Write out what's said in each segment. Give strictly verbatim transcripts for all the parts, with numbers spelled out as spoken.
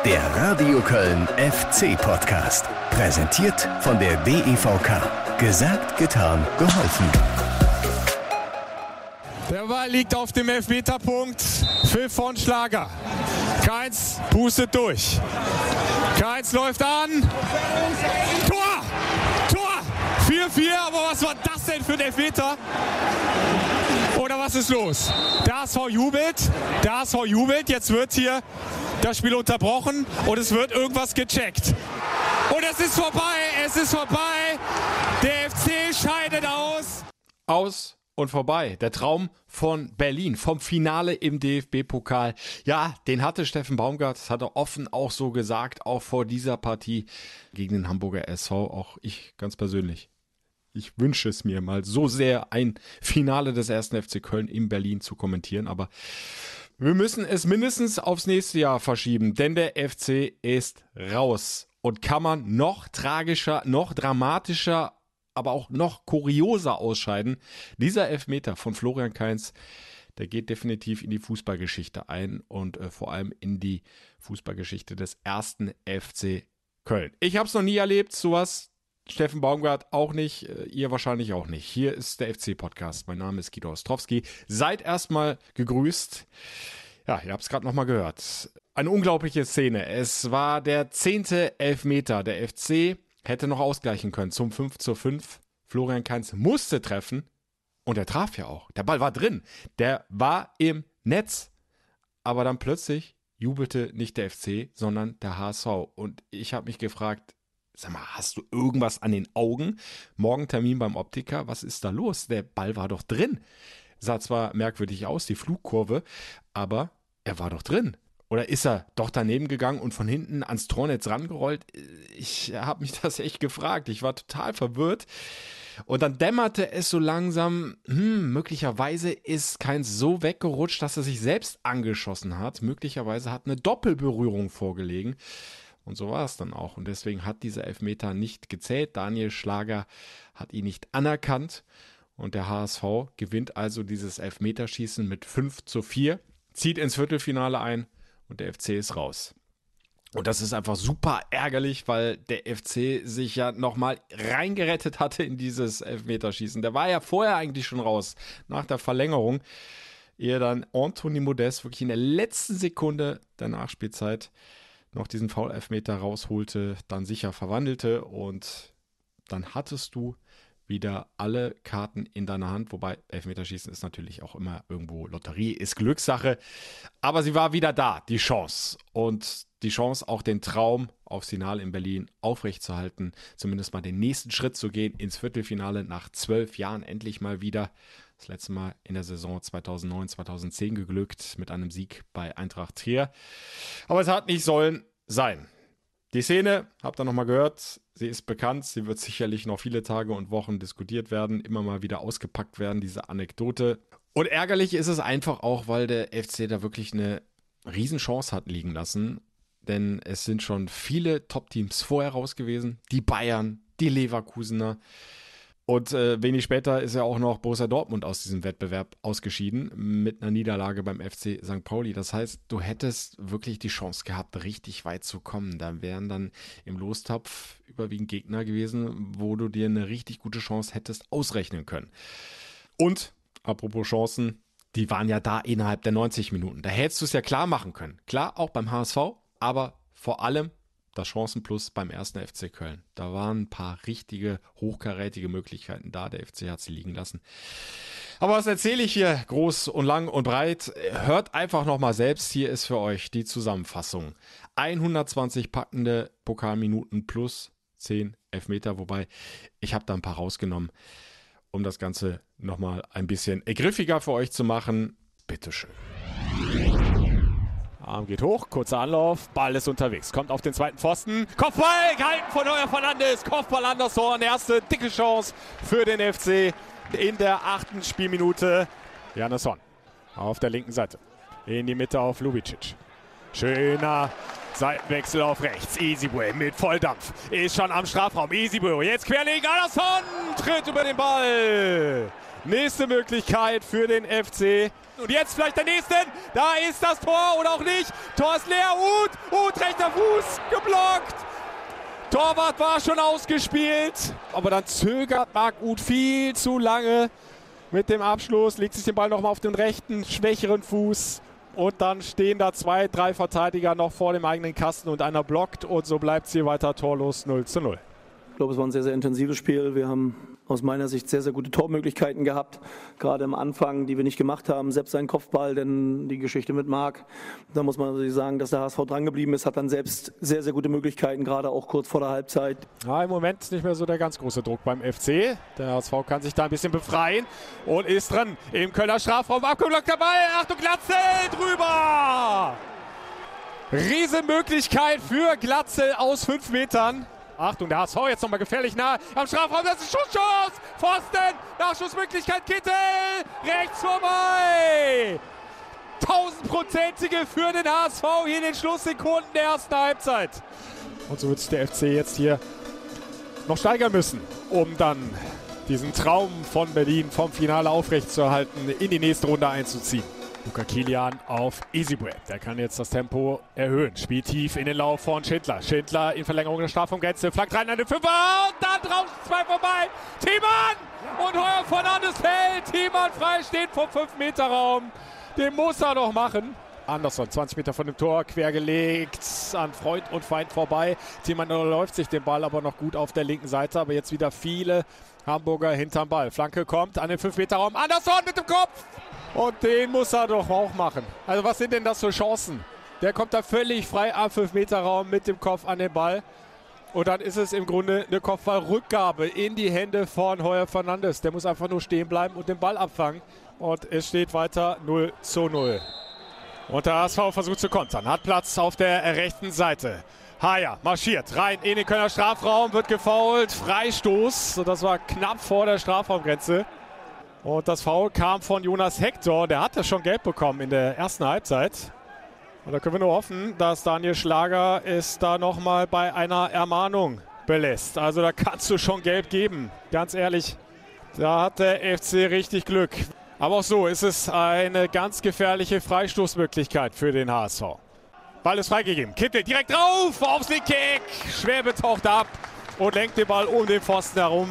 Der Radio Köln F C-Podcast. Präsentiert von der D E V K. Gesagt, getan, geholfen. Der Ball liegt auf dem Elfmeterpunkt. Pfiff von Schlager. Keins pustet durch. Keins läuft an. Tor! Tor! vier vier, aber was war das denn für ein Elfmeter? Oder was ist los? Der H S V jubelt. Der H S V jubelt. Jetzt wird hier das Spiel unterbrochen und es wird irgendwas gecheckt. Und es ist vorbei. Es ist vorbei. Der F C scheidet aus. Aus und vorbei. Der Traum von Berlin, vom Finale im D F B-Pokal. Ja, den hatte Steffen Baumgart, das hat er offen auch so gesagt, auch vor dieser Partie gegen den Hamburger S V. Auch ich ganz persönlich. Ich wünsche es mir mal so sehr, ein Finale des ersten F C Köln in Berlin zu kommentieren, aber wir müssen es mindestens aufs nächste Jahr verschieben, denn der F C ist raus. Und kann man noch tragischer, noch dramatischer, aber auch noch kurioser ausscheiden. Dieser Elfmeter von Florian Kainz, der geht definitiv in die Fußballgeschichte ein und äh, vor allem in die Fußballgeschichte des ersten F C Köln. Ich habe es noch nie erlebt, sowas. Steffen Baumgart auch nicht, äh, ihr wahrscheinlich auch nicht. Hier ist der F C-Podcast. Mein Name ist Guido Ostrowski. Seid erstmal gegrüßt. Ja, ihr habt es gerade nochmal gehört. Eine unglaubliche Szene. Es war der zehnte Elfmeter. Der F C hätte noch ausgleichen können zum fünf zu fünf. Florian Kainz musste treffen und er traf ja auch. Der Ball war drin. Der war im Netz. Aber dann plötzlich jubelte nicht der F C, sondern der H S V. Und ich habe mich gefragt, sag mal, hast du irgendwas an den Augen? Morgen Termin beim Optiker. Was ist da los? Der Ball war doch drin. Sah zwar merkwürdig aus, die Flugkurve, aber er war doch drin. Oder ist er doch daneben gegangen und von hinten ans Tornetz rangerollt? Ich habe mich das echt gefragt. Ich war total verwirrt. Und dann dämmerte es so langsam, hm, möglicherweise ist Kainz so weggerutscht, dass er sich selbst angeschossen hat. Möglicherweise hat eine Doppelberührung vorgelegen. Und so war es dann auch. Und deswegen hat dieser Elfmeter nicht gezählt. Daniel Schlager hat ihn nicht anerkannt. Und der H S V gewinnt also dieses Elfmeterschießen mit fünf zu vier, zieht ins Viertelfinale ein und der F C ist raus. Und das ist einfach super ärgerlich, weil der F C sich ja nochmal reingerettet hatte in dieses Elfmeterschießen. Der war ja vorher eigentlich schon raus, nach der Verlängerung, ehe dann Anthony Modeste wirklich in der letzten Sekunde der Nachspielzeit noch diesen Foul-Elfmeter rausholte, dann sicher verwandelte und dann hattest du wieder alle Karten in deiner Hand, wobei Elfmeterschießen ist natürlich auch immer irgendwo Lotterie, ist Glückssache, aber sie war wieder da, die Chance und die Chance auch den Traum aufs Finale in Berlin aufrechtzuerhalten, zumindest mal den nächsten Schritt zu gehen ins Viertelfinale nach zwölf Jahren endlich mal wieder, das letzte Mal in der Saison zweitausendneun zweitausendzehn geglückt mit einem Sieg bei Eintracht Trier, aber es hat nicht sollen sein. Die Szene, habt ihr nochmal gehört, sie ist bekannt, sie wird sicherlich noch viele Tage und Wochen diskutiert werden, immer mal wieder ausgepackt werden, diese Anekdote. Und ärgerlich ist es einfach auch, weil der F C da wirklich eine Riesenchance hat liegen lassen, denn es sind schon viele Top-Teams vorher raus gewesen, die Bayern, die Leverkusener. Und äh, wenig später ist ja auch noch Borussia Dortmund aus diesem Wettbewerb ausgeschieden mit einer Niederlage beim F C Sankt Pauli. Das heißt, du hättest wirklich die Chance gehabt, richtig weit zu kommen. Da wären dann im Lostopf überwiegend Gegner gewesen, wo du dir eine richtig gute Chance hättest ausrechnen können. Und, apropos Chancen, die waren ja da innerhalb der neunzig Minuten. Da hättest du es ja klar machen können. Klar, auch beim H S V, aber vor allem das Chancenplus beim ersten F C Köln. Da waren ein paar richtige, hochkarätige Möglichkeiten da. Der F C hat sie liegen lassen. Aber was erzähle ich hier groß und lang und breit? Hört einfach nochmal selbst. Hier ist für euch die Zusammenfassung. hundertzwanzig packende Pokalminuten plus zehn Elfmeter. Wobei, ich habe da ein paar rausgenommen, um das Ganze nochmal ein bisschen griffiger für euch zu machen. Bitteschön. Arm geht hoch, kurzer Anlauf, Ball ist unterwegs, kommt auf den zweiten Pfosten. Kopfball, gehalten von Neuer Fernandes, Kopfball an das Tor, erste dicke Chance für den F C in der achten Spielminute. Jannesson auf der linken Seite, in die Mitte auf Lubicic. Schöner Seitenwechsel auf rechts, Easyway mit Volldampf, ist schon am Strafraum, Easyway, jetzt querlegen, Andersson tritt über den Ball. Nächste Möglichkeit für den F C. Und jetzt vielleicht der nächste. Da ist das Tor oder auch nicht. Tor ist leer. Uth. Uth rechter Fuß, geblockt. Torwart war schon ausgespielt, aber dann zögert Marc Uth viel zu lange mit dem Abschluss, legt sich den Ball nochmal auf den rechten, schwächeren Fuß und dann stehen da zwei, drei Verteidiger noch vor dem eigenen Kasten und einer blockt und so bleibt es hier weiter torlos null zu null. Ich glaube, es war ein sehr, sehr intensives Spiel. Wir haben aus meiner Sicht sehr, sehr gute Tormöglichkeiten gehabt, gerade am Anfang, die wir nicht gemacht haben. Selbst sein Kopfball, denn die Geschichte mit Marc, da muss man sagen, dass der H S V drangeblieben ist, hat dann selbst sehr, sehr gute Möglichkeiten, gerade auch kurz vor der Halbzeit. Ja, im Moment nicht mehr so der ganz große Druck beim F C. Der H S V kann sich da ein bisschen befreien und ist dran im Kölner Strafraum. Abgeblockt dabei, Achtung, Glatzel drüber! Riesenmöglichkeit für Glatzel aus fünf Metern. Achtung, der H S V jetzt nochmal gefährlich nah am Strafraum. Das ist Schussschuss! Pfosten! Nachschussmöglichkeit, Kittel! Rechts vorbei! Tausendprozentige für den H S V hier in den Schlusssekunden der ersten Halbzeit. Und so wird sich der F C jetzt hier noch steigern müssen, um dann diesen Traum von Berlin vom Finale aufrechtzuerhalten, in die nächste Runde einzuziehen. Luca Kilian auf Easybreak. Der kann jetzt das Tempo erhöhen. Spielt tief in den Lauf von Schindler. Schindler in Verlängerung der Strafraumgrenze. Flankt rein an den Fünfer. Und dann draußen zwei vorbei. Thiemann! Und Heuer Fernandes hält. Thiemann frei steht vom fünf Meter Raum. Den muss er noch machen. Andersson, zwanzig Meter von dem Tor, quergelegt an Freund und Feind vorbei. Thiemann läuft sich den Ball aber noch gut auf der linken Seite. Aber jetzt wieder viele Hamburger hinterm Ball. Flanke kommt an den fünf Meter Raum. Andersson mit dem Kopf. Und den muss er doch auch machen. Also was sind denn das für Chancen? Der kommt da völlig frei am fünf Meter Raum mit dem Kopf an den Ball. Und dann ist es im Grunde eine Kopfballrückgabe in die Hände von Heuer Fernandes. Der muss einfach nur stehen bleiben und den Ball abfangen. Und es steht weiter null zu null. Und der H S V versucht zu kontern. Hat Platz auf der rechten Seite. Haier marschiert rein in den Kölner Strafraum, wird gefoult. Freistoß. Das war knapp vor der Strafraumgrenze. Und das Foul kam von Jonas Hector. Der hatte schon gelb bekommen in der ersten Halbzeit. Und da können wir nur hoffen, dass Daniel Schlager es da nochmal bei einer Ermahnung belässt. Also da kannst du schon gelb geben. Ganz ehrlich, da hat der F C richtig Glück. Aber auch so ist es eine ganz gefährliche Freistoßmöglichkeit für den H S V. Ball ist freigegeben. Kittel direkt drauf, aufs linke Eck. Schwäbe taucht ab und lenkt den Ball um den Pfosten herum.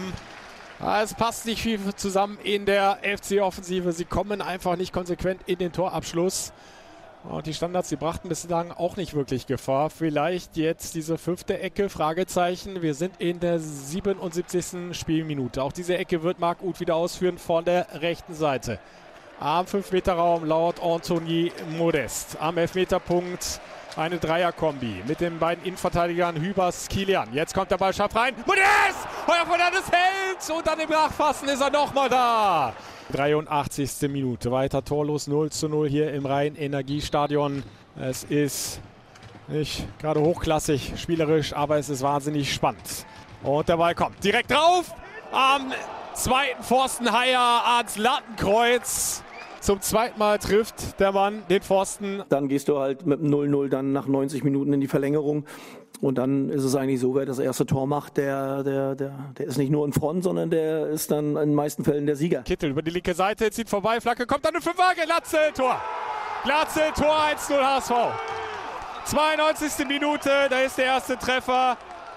Es passt nicht viel zusammen in der F C-Offensive. Sie kommen einfach nicht konsequent in den Torabschluss. Und die Standards, die brachten bislang auch nicht wirklich Gefahr. Vielleicht jetzt diese fünfte Ecke, Fragezeichen. Wir sind in der siebenundsiebzigsten Spielminute. Auch diese Ecke wird Marc Uth wieder ausführen von der rechten Seite. Am fünf Meter Raum laut Anthony Modest. Am Elfmeterpunkt eine Dreierkombi mit den beiden Innenverteidigern Hübers, Kilian. Jetzt kommt der Ball scharf rein. Modest! Heuer Fernandes hält und dann im Nachfassen ist er nochmal da. dreiundachtzigste Minute. Weiter torlos null zu null hier im Rhein-Energiestadion. Es ist nicht gerade hochklassig spielerisch, aber es ist wahnsinnig spannend. Und der Ball kommt direkt drauf. Am zweiten Pfosten Haier ans Lattenkreuz. Zum zweiten Mal trifft der Mann den Pfosten. Dann gehst du halt mit dem null null dann nach neunzig Minuten in die Verlängerung. Und dann ist es eigentlich so, wer das erste Tor macht, der, der, der, der ist nicht nur in Front, sondern der ist dann in den meisten Fällen der Sieger. Kittel über die linke Seite, zieht vorbei, Flanke kommt dann eine Fünfer, Glatzel, Tor. Glatzel, Tor, eins null H S V. zweiundneunzigste Minute, da ist der erste Treffer,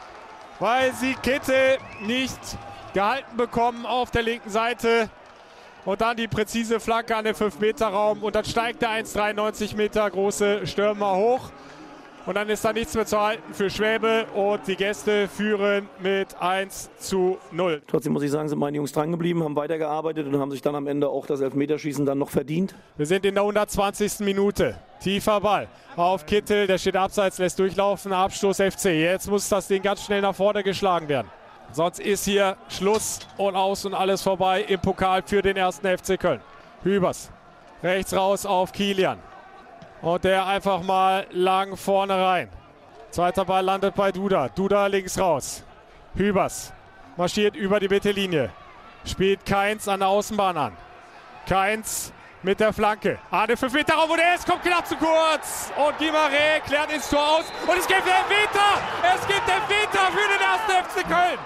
weil sie Kittel nicht gehalten bekommen auf der linken Seite. Und dann die präzise Flanke an den fünf Meter Raum und dann steigt der eins Komma dreiundneunzig Meter große Stürmer hoch. Und dann ist da nichts mehr zu halten für Schwäbe und die Gäste führen mit eins zu null. Trotzdem muss ich sagen, sind meine Jungs dran geblieben, haben weitergearbeitet und haben sich dann am Ende auch das Elfmeterschießen dann noch verdient. Wir sind in der hundertzwanzigsten Minute. Tiefer Ball auf Kittel, der steht abseits, lässt durchlaufen, Abstoß F C. Jetzt muss das Ding ganz schnell nach vorne geschlagen werden. Sonst ist hier Schluss und aus und alles vorbei im Pokal für den ersten F C Köln. Hübers rechts raus auf Kilian. Und der einfach mal lang vorne rein. Zweiter Ball landet bei Duda. Duda links raus. Hübers marschiert über die Mittellinie. Spielt Kainz an der Außenbahn an. Kainz mit der Flanke. Ah, der fünf Meter Raum, wo der ist, kommt knapp zu kurz. Und Guimarães klärt ins Tor aus. Und es gibt den Elfmeter. Es gibt den Elfmeter für den ersten F C Köln.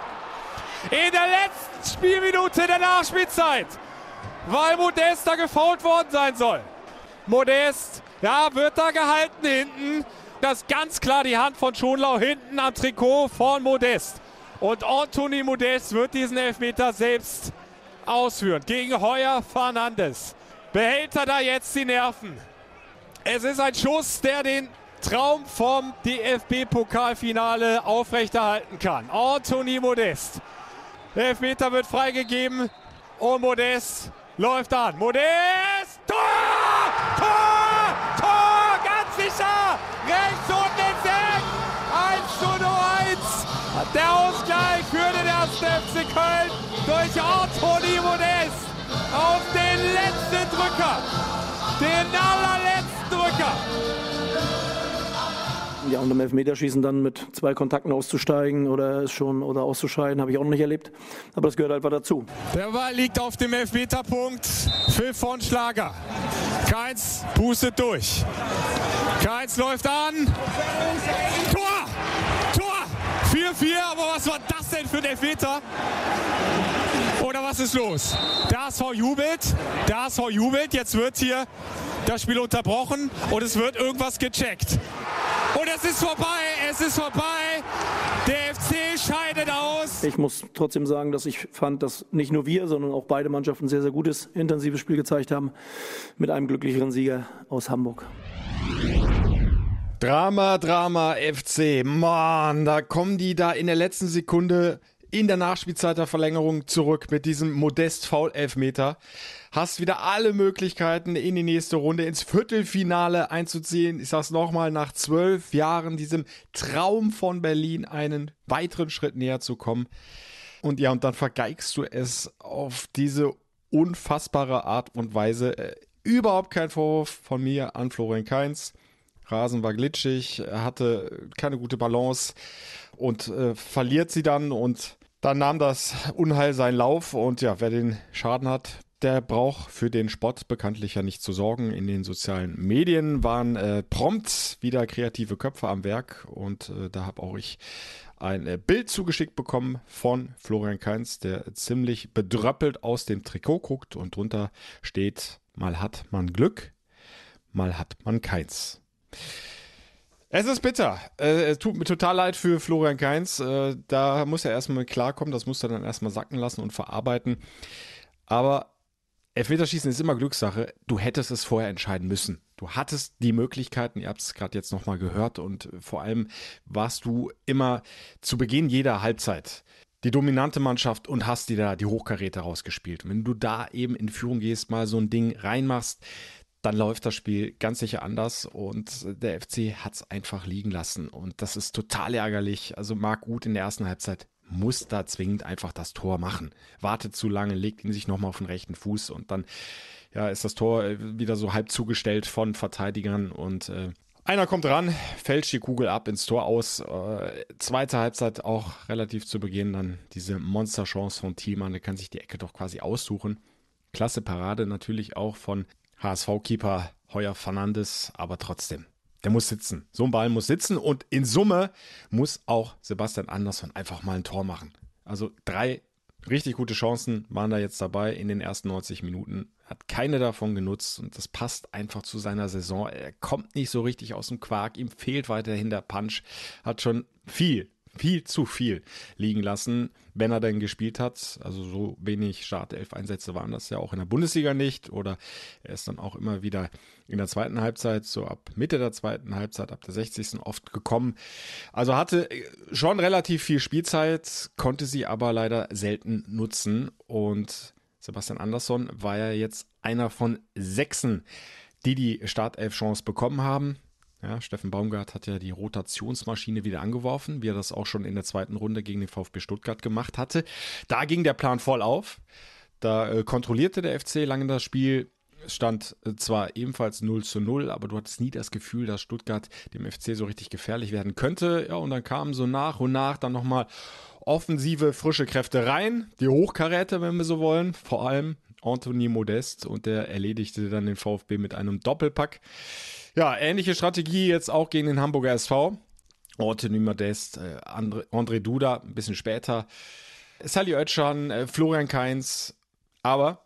In der letzten Spielminute der Nachspielzeit. Weil Modest da gefoult worden sein soll. Modest, ja, wird da gehalten hinten Das ist ganz klar die Hand von Schonlau hinten am Trikot von Modest. Und Anthony Modest wird diesen Elfmeter selbst ausführen gegen Heuer Fernandes. Behält er da jetzt die Nerven? Es ist ein Schuss, der den Traum vom D F B-Pokalfinale aufrechterhalten kann. Anthony Modest. Der Elfmeter wird freigegeben und Modest läuft an. Modest! Tor! Tor! Tor! Ganz sicher! Rechts unten ins Eck! eins zu eins! Der Ausgleich für den ersten F C Köln durch Anthony Modest auf den letzten Drücker. Den allerletzten Drücker. Ja, und im Elfmeterschießen dann mit zwei Kontakten auszusteigen oder es schon oder auszuscheiden, habe ich auch noch nicht erlebt. Aber das gehört einfach dazu. Der Ball liegt auf dem Elfmeterpunkt. Pfiff von Schlager. Keins pustet durch. Keins läuft an. Tor! Tor! vier vier, aber was war das denn für ein Elfmeter? Oder was ist los? Der H S V jubelt. Der H S V jubelt. Jetzt wird hier das Spiel unterbrochen und es wird irgendwas gecheckt. Und es ist vorbei, es ist vorbei. Der F C scheidet aus. Ich muss trotzdem sagen, dass ich fand, dass nicht nur wir, sondern auch beide Mannschaften ein sehr, sehr gutes, intensives Spiel gezeigt haben. Mit einem glücklicheren Sieger aus Hamburg. Drama, Drama, F C. Mann, da kommen die da in der letzten Sekunde in der Nachspielzeit der Verlängerung zurück mit diesem Modest-Foul-Elfmeter. Hast wieder alle Möglichkeiten, in die nächste Runde ins Viertelfinale einzuziehen. Ich sag's nochmal, nach zwölf Jahren diesem Traum von Berlin einen weiteren Schritt näher zu kommen. Und ja, und dann vergeigst du es auf diese unfassbare Art und Weise. Äh, überhaupt kein Vorwurf von mir an Florian Kainz. Rasen war glitschig, er hatte keine gute Balance und äh, verliert sie dann und dann nahm das Unheil seinen Lauf und ja, wer den Schaden hat, der braucht für den Spott bekanntlich ja nicht zu sorgen. In den sozialen Medien waren äh, prompt wieder kreative Köpfe am Werk und äh, da habe auch ich ein äh, Bild zugeschickt bekommen von Florian Kainz, der ziemlich bedröppelt aus dem Trikot guckt und drunter steht, mal hat man Glück, mal hat man keins. Es ist bitter. Äh, es tut mir total leid für Florian Kainz. Äh, da muss er erstmal klarkommen. Das muss er dann erstmal sacken lassen und verarbeiten. Aber Elfmeterschießen ist immer Glückssache. Du hättest es vorher entscheiden müssen. Du hattest die Möglichkeiten. Ihr habt es gerade jetzt nochmal gehört. Und vor allem warst du immer zu Beginn jeder Halbzeit die dominante Mannschaft und hast dir da die Hochkaräter rausgespielt. Und wenn du da eben in Führung gehst, mal so ein Ding reinmachst, dann läuft das Spiel ganz sicher anders und der F C hat es einfach liegen lassen und das ist total ärgerlich. Also Marc Uth in der ersten Halbzeit muss da zwingend einfach das Tor machen. Wartet zu lange, legt ihn sich nochmal auf den rechten Fuß und dann ja, ist das Tor wieder so halb zugestellt von Verteidigern und äh, einer kommt ran, fälscht die Kugel ab ins Tor aus. Äh, zweite Halbzeit auch relativ zu Beginn dann diese Monsterchance von Thielmann, der kann sich die Ecke doch quasi aussuchen. Klasse Parade natürlich auch von H S V-Keeper Heuer Fernandes, aber trotzdem, der muss sitzen. So ein Ball muss sitzen und in Summe muss auch Sebastian Andersson einfach mal ein Tor machen. Also drei richtig gute Chancen waren da jetzt dabei in den ersten neunzig Minuten. Hat keine davon genutzt und das passt einfach zu seiner Saison. Er kommt nicht so richtig aus dem Quark, ihm fehlt weiterhin der Punch, hat schon viel, viel zu viel liegen lassen, wenn er denn gespielt hat. Also so wenig Startelf-Einsätze waren das ja auch in der Bundesliga nicht. Oder er ist dann auch immer wieder in der zweiten Halbzeit, so ab Mitte der zweiten Halbzeit, ab der sechzigsten oft gekommen. Also hatte schon relativ viel Spielzeit, konnte sie aber leider selten nutzen. Und Sebastian Andersson war ja jetzt einer von Sechsen, die die Startelf-Chance bekommen haben. Ja, Steffen Baumgart hat ja die Rotationsmaschine wieder angeworfen, wie er das auch schon in der zweiten Runde gegen den VfB Stuttgart gemacht hatte. Da ging der Plan voll auf. Da äh, kontrollierte der F C lange das Spiel. Es stand äh, zwar ebenfalls null zu null, aber du hattest nie das Gefühl, dass Stuttgart dem F C so richtig gefährlich werden könnte. Ja, und dann kamen so nach und nach dann nochmal offensive, frische Kräfte rein. Die Hochkaräter, wenn wir so wollen. Vor allem Anthony Modest und der erledigte dann den VfB mit einem Doppelpack. Ja, ähnliche Strategie jetzt auch gegen den Hamburger S V. Anthony Modest, äh, André, André Duda ein bisschen später. Sally Oetschan, äh, Florian Kainz. Aber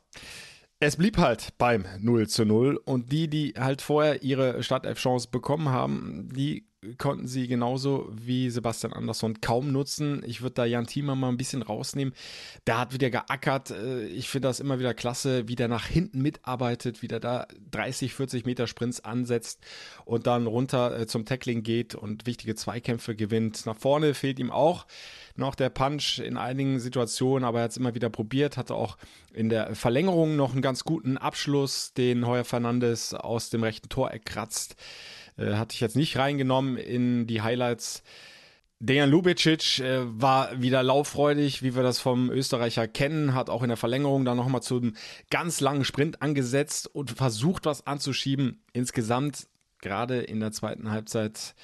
es blieb halt beim null zu null. Und die, die halt vorher ihre Startelf-Chance bekommen haben, die konnten sie genauso wie Sebastian Andersson kaum nutzen. Ich würde da Jan Thiemann mal ein bisschen rausnehmen. Der hat wieder geackert. Ich finde das immer wieder klasse, wie der nach hinten mitarbeitet, wie der da dreißig, vierzig Meter Sprints ansetzt und dann runter zum Tackling geht und wichtige Zweikämpfe gewinnt. Nach vorne fehlt ihm auch noch der Punch in einigen Situationen, aber er hat es immer wieder probiert, hatte auch in der Verlängerung noch einen ganz guten Abschluss, den Heuer Fernandes aus dem rechten Toreck kratzt. Äh, hatte ich jetzt nicht reingenommen in die Highlights. Dejan Lubicic äh, war wieder lauffreudig, wie wir das vom Österreicher kennen, hat auch in der Verlängerung dann nochmal zu einem ganz langen Sprint angesetzt und versucht, was anzuschieben. Insgesamt, gerade in der zweiten Halbzeit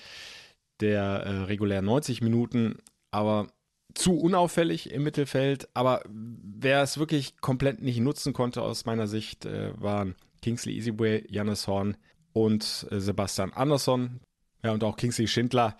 der äh, regulären neunzig Minuten, aber zu unauffällig im Mittelfeld. Aber wer es wirklich komplett nicht nutzen konnte aus meiner Sicht, äh, waren Kingsley Easyway, Jannes Horn und äh, Sebastian Andersson. Ja, und auch Kingsley Schindler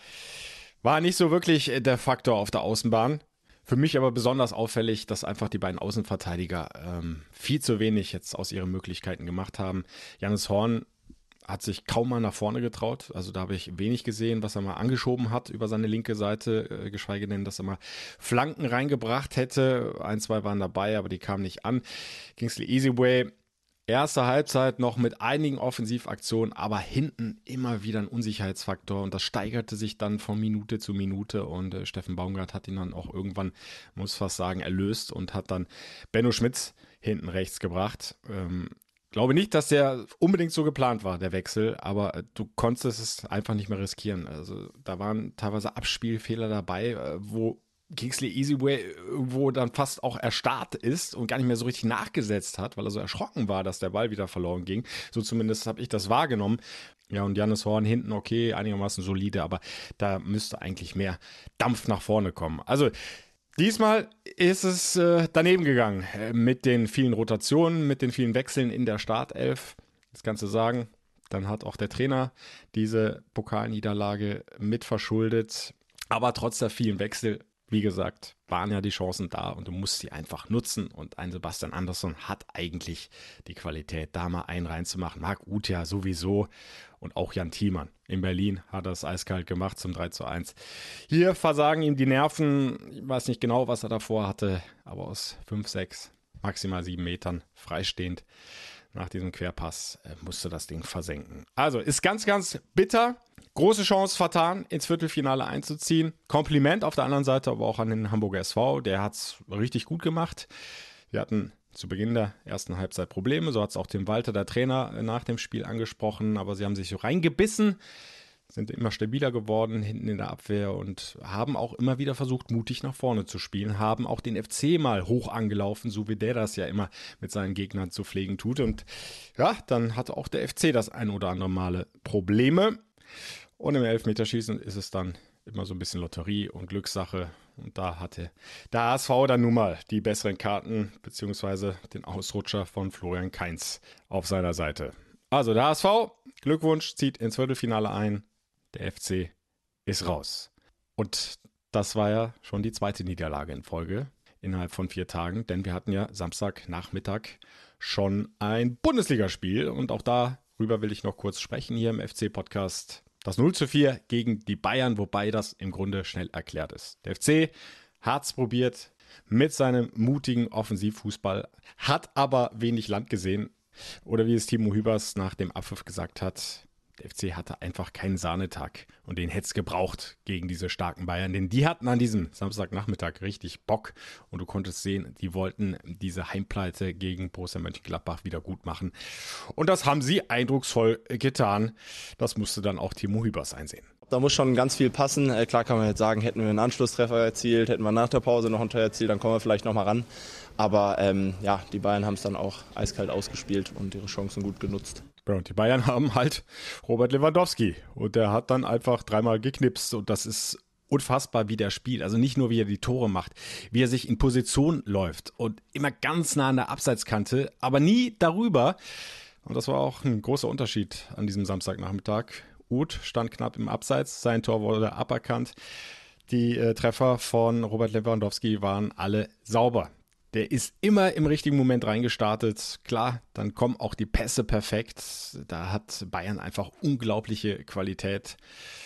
war nicht so wirklich äh, der Faktor auf der Außenbahn. Für mich aber besonders auffällig, dass einfach die beiden Außenverteidiger ähm, viel zu wenig jetzt aus ihren Möglichkeiten gemacht haben. Jannes Horn hat sich kaum mal nach vorne getraut. Also da habe ich wenig gesehen, was er mal angeschoben hat über seine linke Seite, äh, geschweige denn, dass er mal Flanken reingebracht hätte. Ein, zwei waren dabei, aber die kamen nicht an. Kingsley Easyway, erste Halbzeit noch mit einigen Offensivaktionen, aber hinten immer wieder ein Unsicherheitsfaktor und das steigerte sich dann von Minute zu Minute und äh, Steffen Baumgart hat ihn dann auch irgendwann, muss fast sagen, erlöst und hat dann Benno Schmitz hinten rechts gebracht. Ähm, glaube nicht, dass der unbedingt so geplant war, der Wechsel, aber du konntest es einfach nicht mehr riskieren. Also da waren teilweise Abspielfehler dabei, wo Kingsley Easyway irgendwo dann fast auch erstarrt ist und gar nicht mehr so richtig nachgesetzt hat, weil er so erschrocken war, dass der Ball wieder verloren ging. So zumindest habe ich das wahrgenommen. Ja, und Jannes Horn hinten okay, einigermaßen solide, aber da müsste eigentlich mehr Dampf nach vorne kommen. Also diesmal ist es äh, daneben gegangen äh, mit den vielen Rotationen, mit den vielen Wechseln in der Startelf. Das Ganze sagen, dann hat auch der Trainer diese Pokalniederlage mit verschuldet. Aber trotz der vielen Wechsel, wie gesagt, waren ja die Chancen da und du musst sie einfach nutzen. Und ein Sebastian Andersson hat eigentlich die Qualität, da mal einen reinzumachen. Marc Uth ja sowieso und auch Jan Thiemann in Berlin hat das eiskalt gemacht zum drei zu eins. Hier versagen ihm die Nerven. Ich weiß nicht genau, was er davor hatte, aber aus fünf, sechs, maximal sieben Metern freistehend nach diesem Querpass äh, musste das Ding versenken. Also ist ganz, ganz bitter. Große Chance vertan, ins Viertelfinale einzuziehen. Kompliment auf der anderen Seite aber auch an den Hamburger S V. Der hat es richtig gut gemacht. Wir hatten zu Beginn der ersten Halbzeit Probleme. So hat es auch dem Walter, der Trainer, nach dem Spiel angesprochen. Aber sie haben sich so reingebissen, sind immer stabiler geworden hinten in der Abwehr und haben auch immer wieder versucht, mutig nach vorne zu spielen. Haben auch den F C mal hoch angelaufen, so wie der das ja immer mit seinen Gegnern zu pflegen tut. Und ja, dann hatte auch der F C das ein oder andere Male Probleme. Und im Elfmeterschießen ist es dann immer so ein bisschen Lotterie und Glückssache. Und da hatte der H S V dann nun mal die besseren Karten, beziehungsweise den Ausrutscher von Florian Kainz auf seiner Seite. Also der H S V, Glückwunsch, zieht ins Viertelfinale ein. Der F C ist raus. Und das war ja schon die zweite Niederlage in Folge innerhalb von vier Tagen, denn wir hatten ja Samstagnachmittag schon ein Bundesligaspiel und auch darüber will ich noch kurz sprechen hier im F C-Podcast. Das null zu vier gegen die Bayern, wobei das im Grunde schnell erklärt ist. Der F C hat's probiert mit seinem mutigen Offensivfußball, hat aber wenig Land gesehen. Oder wie es Timo Hübers nach dem Abpfiff gesagt hat, der F C hatte einfach keinen Sahnetag und den hätte es gebraucht gegen diese starken Bayern, denn die hatten an diesem Samstagnachmittag richtig Bock und du konntest sehen, die wollten diese Heimpleite gegen Borussia Mönchengladbach wieder gut machen und das haben sie eindrucksvoll getan. Das musste dann auch Timo Hübers einsehen. Da muss schon ganz viel passen. Äh, klar kann man jetzt sagen, hätten wir einen Anschlusstreffer erzielt, hätten wir nach der Pause noch ein Tor erzielt, dann kommen wir vielleicht noch mal ran. Aber ähm, ja, die Bayern haben es dann auch eiskalt ausgespielt und ihre Chancen gut genutzt. Ja, und die Bayern haben halt Robert Lewandowski und der hat dann einfach dreimal geknipst und das ist unfassbar, wie der spielt. Also nicht nur, wie er die Tore macht, wie er sich in Position läuft und immer ganz nah an der Abseitskante, aber nie darüber. Und das war auch ein großer Unterschied an diesem Samstagnachmittag. Uth stand knapp im Abseits, sein Tor wurde aberkannt. Die äh, Treffer von Robert Lewandowski waren alle sauber. Der ist immer im richtigen Moment reingestartet. Klar, dann kommen auch die Pässe perfekt. Da hat Bayern einfach unglaubliche Qualität.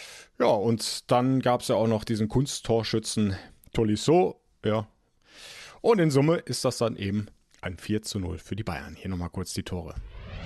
Ja, und dann gab es ja auch noch diesen Kunsttorschützen Tolisso. Ja. Und in Summe ist das dann eben ein vier zu null für die Bayern. Hier nochmal kurz die Tore.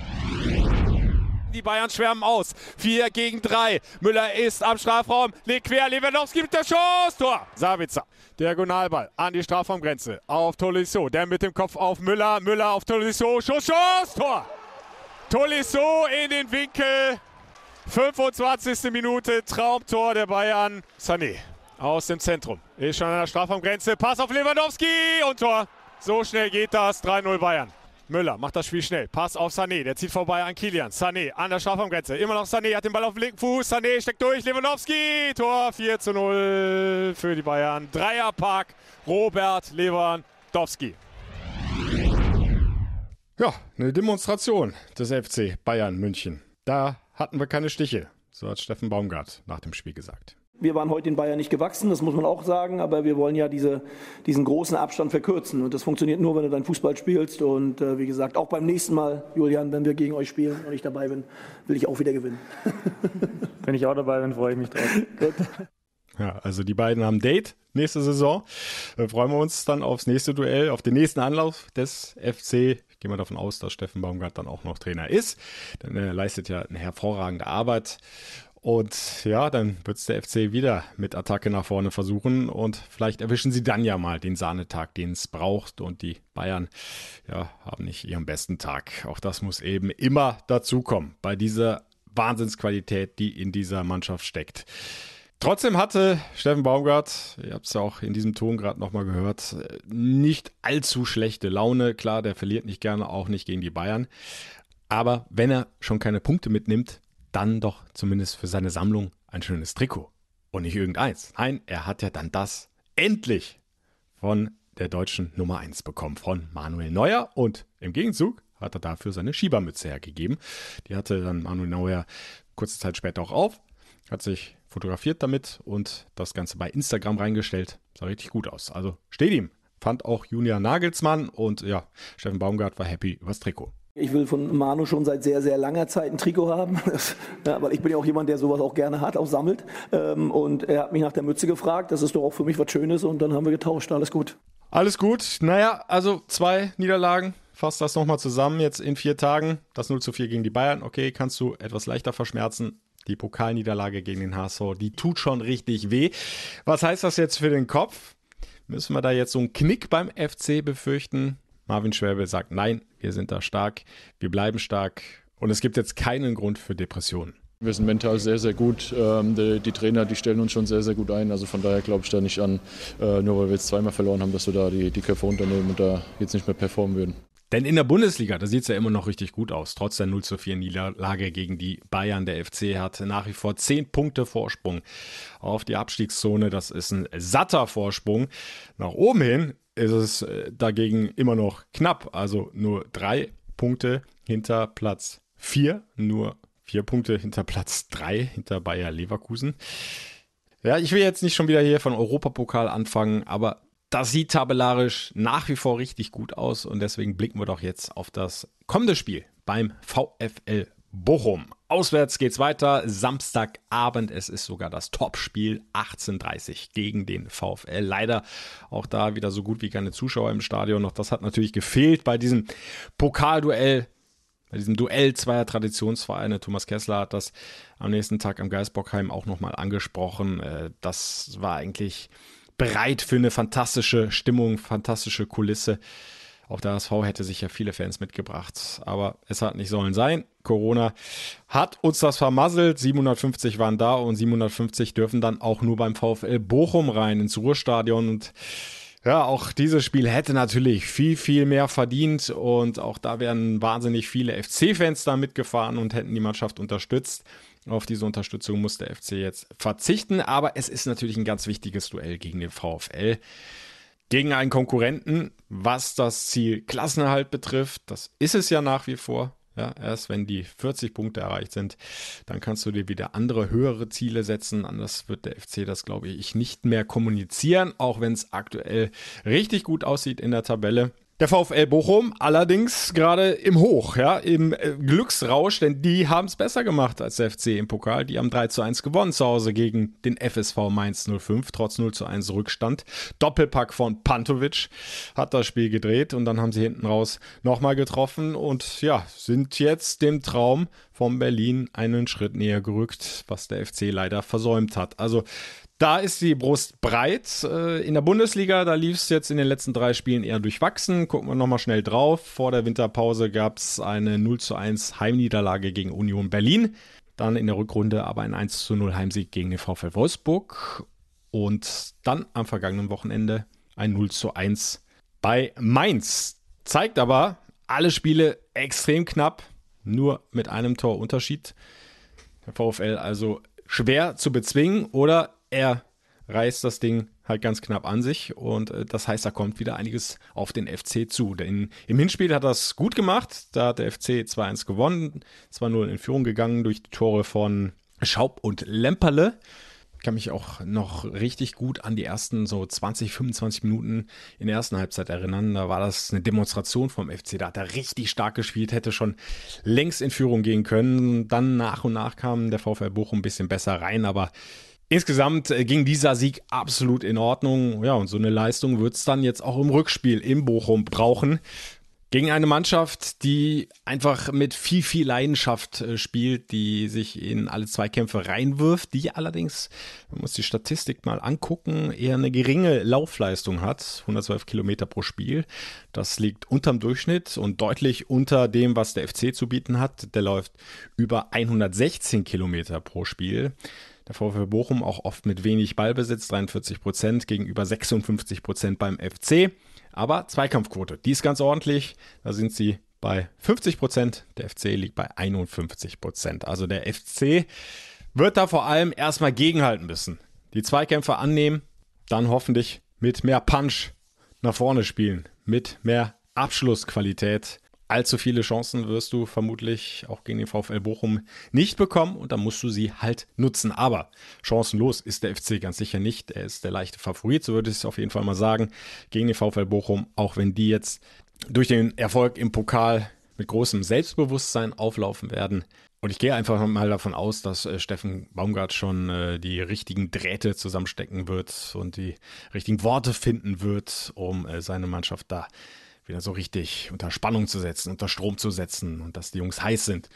Die Bayern schwärmen aus. vier gegen drei. Müller ist am Strafraum. Legt quer. Lewandowski mit der Schuss. Tor. Sabitzer. Diagonalball an die Strafraumgrenze. Auf Tolisso. Der mit dem Kopf auf Müller. Müller auf Tolisso. Schuss, Schuss. Tor. Tolisso in den Winkel. fünfundzwanzigste Minute. Traumtor der Bayern. Sané aus dem Zentrum. Ist schon an der Strafraumgrenze. Pass auf Lewandowski. Und Tor. So schnell geht das. drei null Bayern. Müller macht das Spiel schnell. Pass auf Sané. Der zieht vorbei an Kilian. Sané an der Strafraumgrenze. Immer noch Sané. Hat den Ball auf dem linken Fuß. Sané steckt durch. Lewandowski. Tor. vier zu null für die Bayern. Dreierpack. Robert Lewandowski. Ja, eine Demonstration des F C Bayern München. Da hatten wir keine Stiche. So hat Steffen Baumgart nach dem Spiel gesagt. Wir waren heute den Bayern nicht gewachsen, das muss man auch sagen, aber wir wollen ja diese, diesen großen Abstand verkürzen. Und das funktioniert nur, wenn du deinen Fußball spielst. Und äh, wie gesagt, auch beim nächsten Mal, Julian, wenn wir gegen euch spielen und ich dabei bin, will ich auch wieder gewinnen. Wenn ich auch dabei bin, freue ich mich drauf. Gut. Ja, also die beiden haben Date nächste Saison. Da freuen wir uns dann aufs nächste Duell, auf den nächsten Anlauf des F C. Gehen wir davon aus, dass Steffen Baumgart dann auch noch Trainer ist. Denn er leistet ja eine hervorragende Arbeit. Und ja, dann wird es der F C wieder mit Attacke nach vorne versuchen und vielleicht erwischen sie dann ja mal den Sahnetag, den es braucht, und die Bayern ja, haben nicht ihren besten Tag. Auch das muss eben immer dazukommen bei dieser Wahnsinnsqualität, die in dieser Mannschaft steckt. Trotzdem hatte Steffen Baumgart, ihr habt es ja auch in diesem Ton gerade nochmal gehört, nicht allzu schlechte Laune. Klar, der verliert nicht gerne, auch nicht gegen die Bayern. Aber wenn er schon keine Punkte mitnimmt, dann doch zumindest für seine Sammlung ein schönes Trikot. Und nicht irgendeins. Nein, er hat ja dann das endlich von der deutschen Nummer eins bekommen, von Manuel Neuer. Und im Gegenzug hat er dafür seine Schiebermütze hergegeben. Die hatte dann Manuel Neuer kurze Zeit später auch auf, hat sich fotografiert damit und das Ganze bei Instagram reingestellt. Sah richtig gut aus. Also steht ihm. Fand auch Julian Nagelsmann und ja, Steffen Baumgart war happy übers Trikot. Ich will von Manu schon seit sehr, sehr langer Zeit ein Trikot haben, ja, weil ich bin ja auch jemand, der sowas auch gerne hat, auch sammelt. Und er hat mich nach der Mütze gefragt, das ist doch auch für mich was Schönes, und dann haben wir getauscht, alles gut. Alles gut, naja, also zwei Niederlagen, fasst das nochmal zusammen, jetzt in vier Tagen, das null zu vier gegen die Bayern, okay, kannst du etwas leichter verschmerzen. Die Pokalniederlage gegen den H S V, die tut schon richtig weh. Was heißt das jetzt für den Kopf? Müssen wir da jetzt so einen Knick beim F C befürchten? Marvin Schwäbe sagt, nein, wir sind da stark, wir bleiben stark und es gibt jetzt keinen Grund für Depressionen. Wir sind mental sehr, sehr gut. Ähm, die, die Trainer, die stellen uns schon sehr, sehr gut ein. Also von daher glaube ich da nicht an, äh, nur weil wir jetzt zweimal verloren haben, dass wir da die, die Köpfe runternehmen und da jetzt nicht mehr performen würden. Denn in der Bundesliga, da sieht es ja immer noch richtig gut aus. Trotz der null zu vier Niederlage gegen die Bayern. Der F C hat nach wie vor zehn Punkte Vorsprung auf die Abstiegszone. Das ist ein satter Vorsprung. Nach oben hin ist es dagegen immer noch knapp. Also nur drei Punkte hinter Platz vier. Nur vier Punkte hinter Platz drei, hinter Bayer Leverkusen. Ja, ich will jetzt nicht schon wieder hier von Europapokal anfangen, aber das sieht tabellarisch nach wie vor richtig gut aus und deswegen blicken wir doch jetzt auf das kommende Spiel beim VfL Bochum. Auswärts geht's weiter, Samstagabend, es ist sogar das Topspiel, achtzehn Uhr dreißig gegen den VfL. Leider auch da wieder so gut wie keine Zuschauer im Stadion. Noch das hat natürlich gefehlt bei diesem Pokalduell, bei diesem Duell zweier Traditionsvereine. Thomas Kessler hat das am nächsten Tag am Geisbockheim auch nochmal angesprochen. Das war eigentlich bereit für eine fantastische Stimmung, fantastische Kulisse. Auch der H S V hätte sich ja viele Fans mitgebracht, aber es hat nicht sollen sein. Corona hat uns das vermasselt. siebenhundertfünfzig waren da und siebenhundertfünfzig dürfen dann auch nur beim VfL Bochum rein ins Ruhrstadion. Und ja, auch dieses Spiel hätte natürlich viel, viel mehr verdient und auch da wären wahnsinnig viele F C-Fans da mitgefahren und hätten die Mannschaft unterstützt. Auf diese Unterstützung muss der F C jetzt verzichten, aber es ist natürlich ein ganz wichtiges Duell gegen den VfL. Gegen einen Konkurrenten, was das Ziel Klassenerhalt betrifft, das ist es ja nach wie vor. Ja, erst wenn die vierzig Punkte erreicht sind, dann kannst du dir wieder andere, höhere Ziele setzen. Anders wird der F C das, glaube ich, nicht mehr kommunizieren, auch wenn es aktuell richtig gut aussieht in der Tabelle. Der VfL Bochum allerdings gerade im Hoch, ja, im äh, Glücksrausch, denn die haben es besser gemacht als der F C im Pokal. Die haben drei zu eins gewonnen zu Hause gegen den F S V Mainz null fünf, trotz null zu eins Rückstand. Doppelpack von Pantovic hat das Spiel gedreht und dann haben sie hinten raus nochmal getroffen und ja, sind jetzt dem Traum von Berlin einen Schritt näher gerückt, was der F C leider versäumt hat. Also da ist die Brust breit. In der Bundesliga, da lief es jetzt in den letzten drei Spielen eher durchwachsen. Gucken wir nochmal schnell drauf. Vor der Winterpause gab es eine null zu eins Heimniederlage gegen Union Berlin. Dann in der Rückrunde aber ein eins zu null Heimsieg gegen den VfL Wolfsburg. Und dann am vergangenen Wochenende ein null zu eins bei Mainz. Zeigt aber, alle Spiele extrem knapp, nur mit einem Torunterschied. Der VfL also schwer zu bezwingen oder er reißt das Ding halt ganz knapp an sich und äh, das heißt, da kommt wieder einiges auf den F C zu. Denn im Hinspiel hat er es gut gemacht, da hat der F C zwei eins gewonnen, zwei null in Führung gegangen durch die Tore von Schaub und Lemperle. Ich kann mich auch noch richtig gut an die ersten so zwanzig, fünfundzwanzig Minuten in der ersten Halbzeit erinnern. Da war das eine Demonstration vom F C. Da hat er richtig stark gespielt, hätte schon längst in Führung gehen können. Dann nach und nach kam der VfL Bochum ein bisschen besser rein, aber insgesamt ging dieser Sieg absolut in Ordnung. Ja, und so eine Leistung wird es dann jetzt auch im Rückspiel in Bochum brauchen. Gegen eine Mannschaft, die einfach mit viel, viel Leidenschaft äh, spielt, die sich in alle Zweikämpfe reinwirft, die allerdings, man muss die Statistik mal angucken, eher eine geringe Laufleistung hat, hundertzwölf Kilometer pro Spiel. Das liegt unterm Durchschnitt und deutlich unter dem, was der F C zu bieten hat. Der läuft über hundertsechzehn Kilometer pro Spiel. Der VfL Bochum auch oft mit wenig Ballbesitz, dreiundvierzig Prozent gegenüber sechsundfünfzig Prozent beim F C. Aber Zweikampfquote, die ist ganz ordentlich. Da sind sie bei fünfzig Prozent. Der F C liegt bei einundfünfzig Prozent. Also der F C wird da vor allem erstmal gegenhalten müssen. Die Zweikämpfe annehmen, dann hoffentlich mit mehr Punch nach vorne spielen, mit mehr Abschlussqualität. Allzu viele Chancen wirst du vermutlich auch gegen den VfL Bochum nicht bekommen und dann musst du sie halt nutzen. Aber chancenlos ist der F C ganz sicher nicht. Er ist der leichte Favorit, so würde ich es auf jeden Fall mal sagen, gegen den VfL Bochum. Auch wenn die jetzt durch den Erfolg im Pokal mit großem Selbstbewusstsein auflaufen werden. Und ich gehe einfach mal davon aus, dass äh, Steffen Baumgart schon äh, die richtigen Drähte zusammenstecken wird und die richtigen Worte finden wird, um äh, seine Mannschaft da wieder so richtig unter Spannung zu setzen, unter Strom zu setzen und dass die Jungs heiß sind.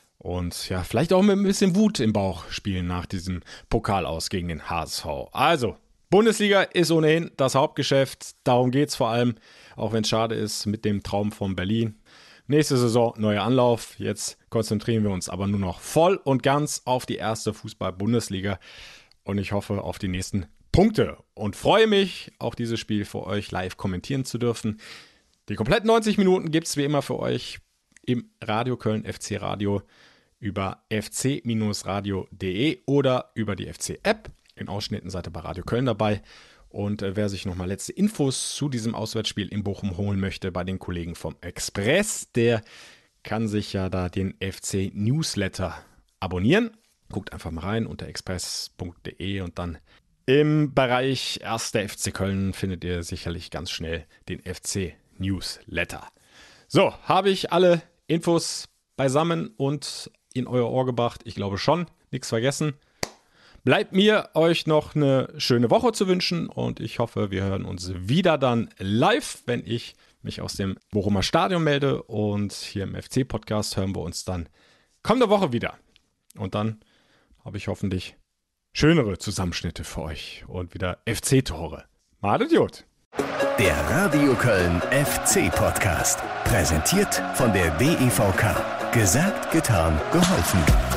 Und ja, vielleicht auch mit ein bisschen Wut im Bauch spielen nach diesem Pokal aus gegen den H S V. Also, Bundesliga ist ohnehin das Hauptgeschäft. Darum geht es vor allem, auch wenn es schade ist mit dem Traum von Berlin. Nächste Saison, neuer Anlauf. Jetzt konzentrieren wir uns aber nur noch voll und ganz auf die erste Fußball-Bundesliga. Und ich hoffe auf die nächsten Punkte. Und freue mich, auch dieses Spiel für euch live kommentieren zu dürfen. Die kompletten neunzig Minuten gibt es wie immer für euch im Radio Köln F C Radio über f c radio punkt de oder über die F C-App. In Ausschnitten seid ihr bei Radio Köln dabei. Und äh, wer sich nochmal letzte Infos zu diesem Auswärtsspiel in Bochum holen möchte bei den Kollegen vom Express, der kann sich ja da den F C-Newsletter abonnieren. Guckt einfach mal rein unter express punkt de und dann im Bereich erster F C Köln findet ihr sicherlich ganz schnell den F C-Newsletter. So, habe ich alle Infos beisammen und in euer Ohr gebracht? Ich glaube schon, nichts vergessen. Bleibt mir, euch noch eine schöne Woche zu wünschen und ich hoffe, wir hören uns wieder dann live, wenn ich mich aus dem Bochumer Stadion melde und hier im F C-Podcast hören wir uns dann kommende Woche wieder. Und dann habe ich hoffentlich schönere Zusammenschnitte für euch und wieder F C-Tore. Madet Jod! Der Radio Köln F C-Podcast, präsentiert von der D E V K. Gesagt, getan, geholfen.